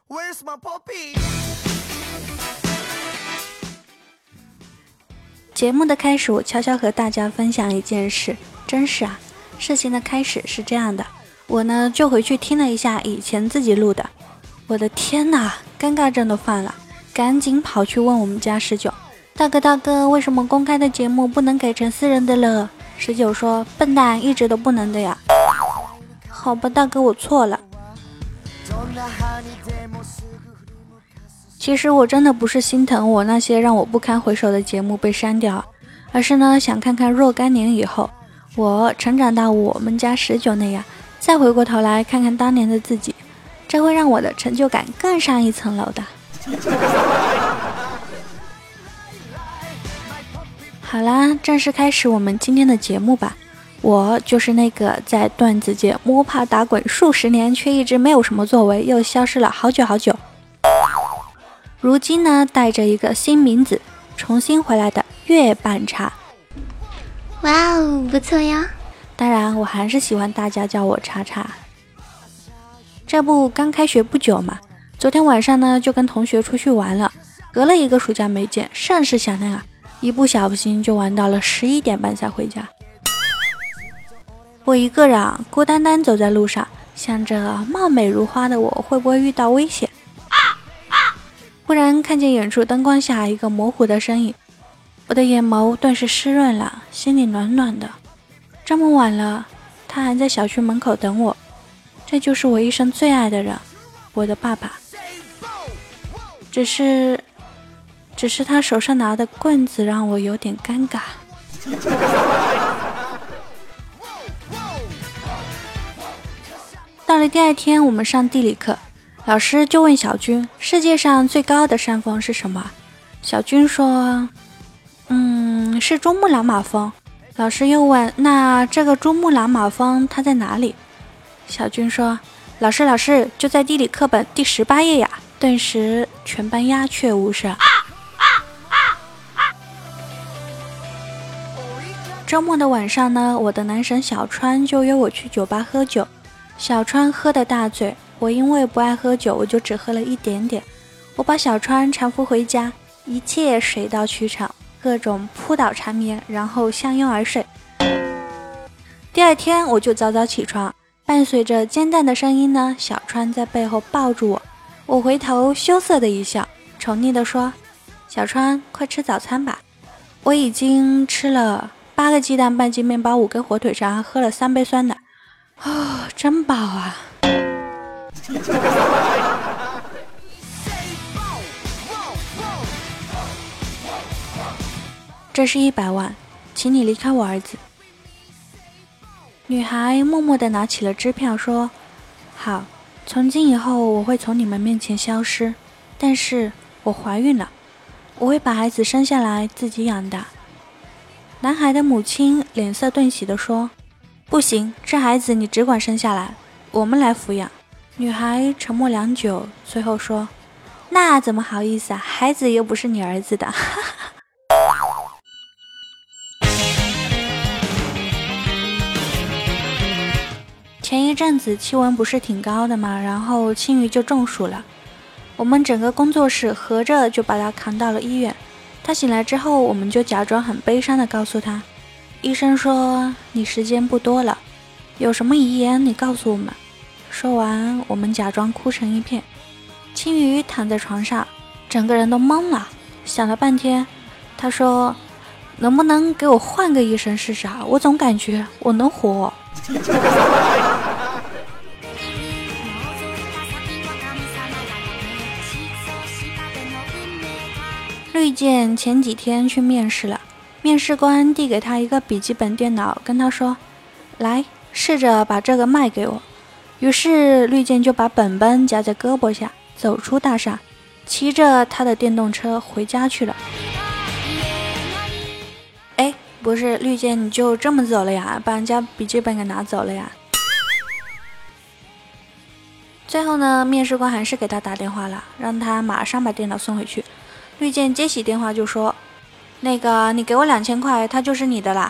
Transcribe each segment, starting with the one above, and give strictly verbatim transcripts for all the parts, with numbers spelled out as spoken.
Where's my puppy？ 节目的开始，我悄悄和大家分享一件事，真是啊，事情的开始是这样的，我呢就回去听了一下以前自己录的，我的天哪，尴尬症都犯了，赶紧跑去问我们家十九，大哥大哥，为什么公开的节目不能改成私人的了？十九说，笨蛋，一直都不能的呀。好吧，大哥，我错了。其实我真的不是心疼我那些让我不堪回首的节目被删掉，而是呢想看看若干年以后，我成长到我们家十九那样，再回过头来看看当年的自己，这会让我的成就感更上一层楼的。好啦，正式开始我们今天的节目吧。我就是那个在段子界摸爬打滚数十年，却一直没有什么作为，又消失了好久好久，如今呢带着一个新名字重新回来的月半茶。 哇哦，不错呀。 当然我还是喜欢大家叫我茶茶。这不刚开学不久嘛，昨天晚上呢就跟同学出去玩了，隔了一个暑假没见，甚是想念啊，一不小心就玩到了十一点半才回家。我一个人啊孤单单走在路上，想着貌美如花的我会不会遇到危险，忽然看见远处灯光下一个模糊的身影，我的眼眸顿时湿润了，心里暖暖的。这么晚了，他还在小区门口等我，这就是我一生最爱的人，我的爸爸。只是只是他手上拿的棍子让我有点尴尬。到了第二天，我们上地理课，老师就问小军，世界上最高的山峰是什么？小军说，嗯，是珠穆朗玛峰。老师又问，那这个珠穆朗玛峰它在哪里？小军说，老师老师就在地理课本第十八页呀。顿时全班鸦雀无声。周末的晚上呢，我的男神小川就约我去酒吧喝酒。小川喝得大醉，我因为不爱喝酒，我就只喝了一点点。我把小川搀扶回家，一切水到渠成，各种扑倒缠绵，然后相拥而睡。第二天我就早早起床，伴随着煎蛋的声音呢，小川在背后抱住我，我回头羞涩的一笑，宠溺地说，小川快吃早餐吧。我已经吃了八个鸡蛋，半斤面包，五根火腿肠，喝了三杯酸奶。哦，真饱啊。这是一百万，请你离开我儿子。女孩默默地拿起了支票说，好，从今以后我会从你们面前消失，但是我怀孕了，我会把孩子生下来自己养大。男孩的母亲脸色顿喜地说，不行，这孩子你只管生下来，我们来抚养。女孩沉默良久，最后说，那怎么好意思啊，孩子又不是你儿子的。前一阵子气温不是挺高的嘛，然后青鱼就中暑了，我们整个工作室合着就把他扛到了医院。他醒来之后，我们就假装很悲伤地告诉他，医生说你时间不多了，有什么遗言你告诉我们。说完，我们假装哭成一片。青鱼躺在床上，整个人都懵了，想了半天，他说，能不能给我换个医生试试啊？我总感觉我能活。绿箭前几天去面试了，面试官递给他一个笔记本电脑，跟他说，来，试着把这个卖给我。于是绿箭就把本本夹在胳膊下，走出大厦，骑着他的电动车回家去了。哎，不是，绿箭你就这么走了呀？把人家笔记本给拿走了呀？最后呢，面试官还是给他打电话了，让他马上把电脑送回去。绿箭接起电话就说，那个你给我两千块，他就是你的啦。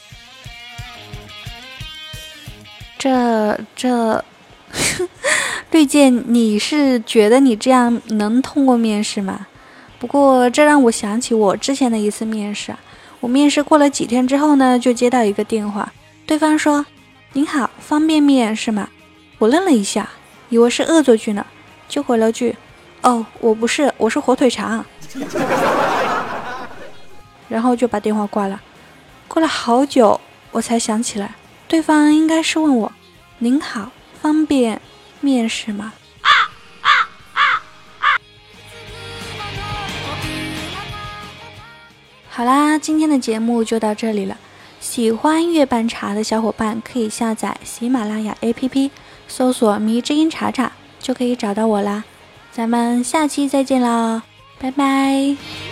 这这绿箭，你是觉得你这样能通过面试吗？不过这让我想起我之前的一次面试。我面试过了几天之后呢，就接到一个电话，对方说：“您好，方便面是吗？”我愣了一下，以为是恶作剧呢，就回了句：“哦，我不是，我是火腿肠。”然后就把电话挂了。过了好久，我才想起来，对方应该是问我：“您好，方便面试吗？”好啦，今天的节目就到这里了。喜欢月半茶的小伙伴可以下载喜马拉雅 A P P， 搜索迷之音茶茶就可以找到我啦。咱们下期再见啦，拜拜。